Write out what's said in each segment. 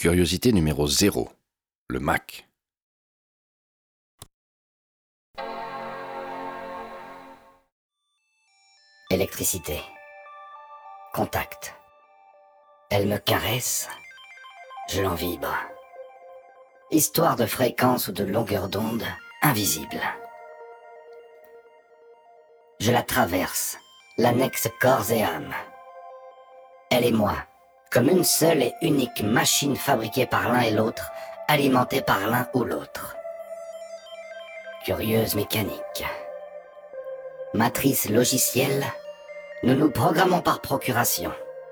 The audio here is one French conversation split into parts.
Curiosité numéro 0. Le Mac. Électricité. Contact. Elle me caresse, je l'en vibre. Histoire de fréquence ou de longueur d'onde invisible. Je la traverse, l'annexe corps et âme. Elle et moi, comme une seule et unique machine fabriquée par l'un et l'autre, alimentée par l'un ou l'autre. Curieuse mécanique. Matrice logicielle, nous nous programmons par procuration.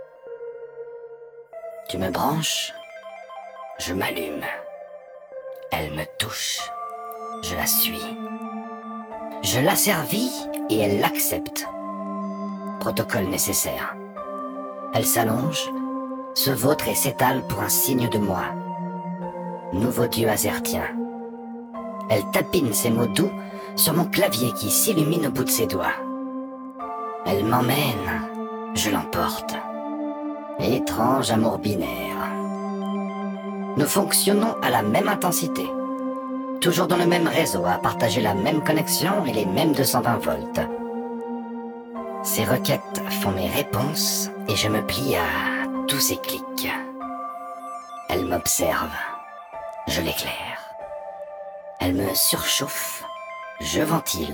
Tu me branches, je m'allume. Elle me touche, je la suis. Je l'asservis et elle l'accepte. Protocole nécessaire. Elle s'allonge, se vautre et s'étale pour un signe de moi. Nouveau dieu azertien. Elle tapine ses mots doux sur mon clavier qui s'illumine au bout de ses doigts. Elle m'emmène, je l'emporte. Étrange amour binaire. Nous fonctionnons à la même intensité. Toujours dans le même réseau, à partager la même connexion et les mêmes 220 volts. Ses requêtes font mes réponses et je me plie à tous ses clics. Elle m'observe, je l'éclaire. Elle me surchauffe, je ventile.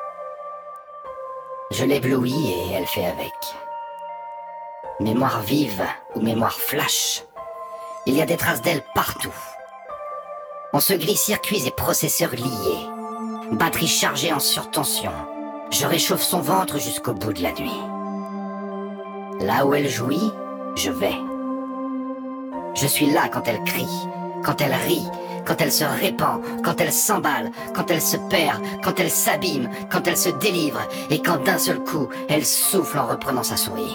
Je l'éblouis et elle fait avec. Mémoire vive ou mémoire flash, il y a des traces d'elle partout. On se glisse circuits et processeurs liés. Batterie chargée en surtension. Je réchauffe son ventre jusqu'au bout de la nuit. Là où elle jouit, je vais. Je suis là quand elle crie, quand elle rit, quand elle se répand, quand elle s'emballe, quand elle se perd, quand elle s'abîme, quand elle se délivre et quand d'un seul coup, elle souffle en reprenant sa souris.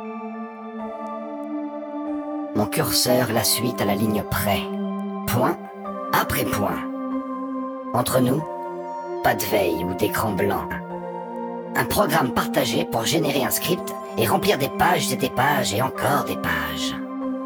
Mon curseur la suit à la ligne près. Point après point. Entre nous, pas de veille ou d'écran blanc. Un programme partagé pour générer un script et remplir des pages et des pages et encore des pages.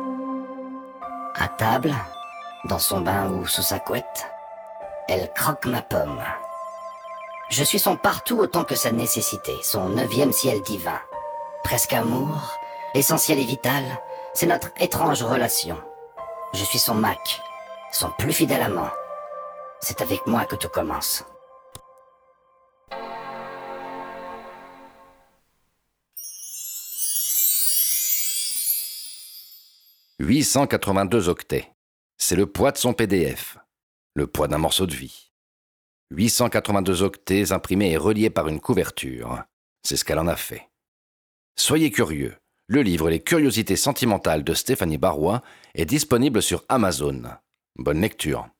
À table, dans son bain ou sous sa couette, elle croque ma pomme. Je suis son partout autant que sa nécessité, son 9e ciel divin. Presque amour, essentiel et vital, c'est notre étrange relation. Je suis son Mac, son plus fidèle amant. C'est avec moi que tout commence. « 882 octets. C'est le poids de son PDF. Le poids d'un morceau de vie. 882 octets imprimés et reliés par une couverture. C'est ce qu'elle en a fait. Soyez curieux. Le livre Les Curiosités sentimentales de Stéphanie Barrois est disponible sur Amazon. Bonne lecture.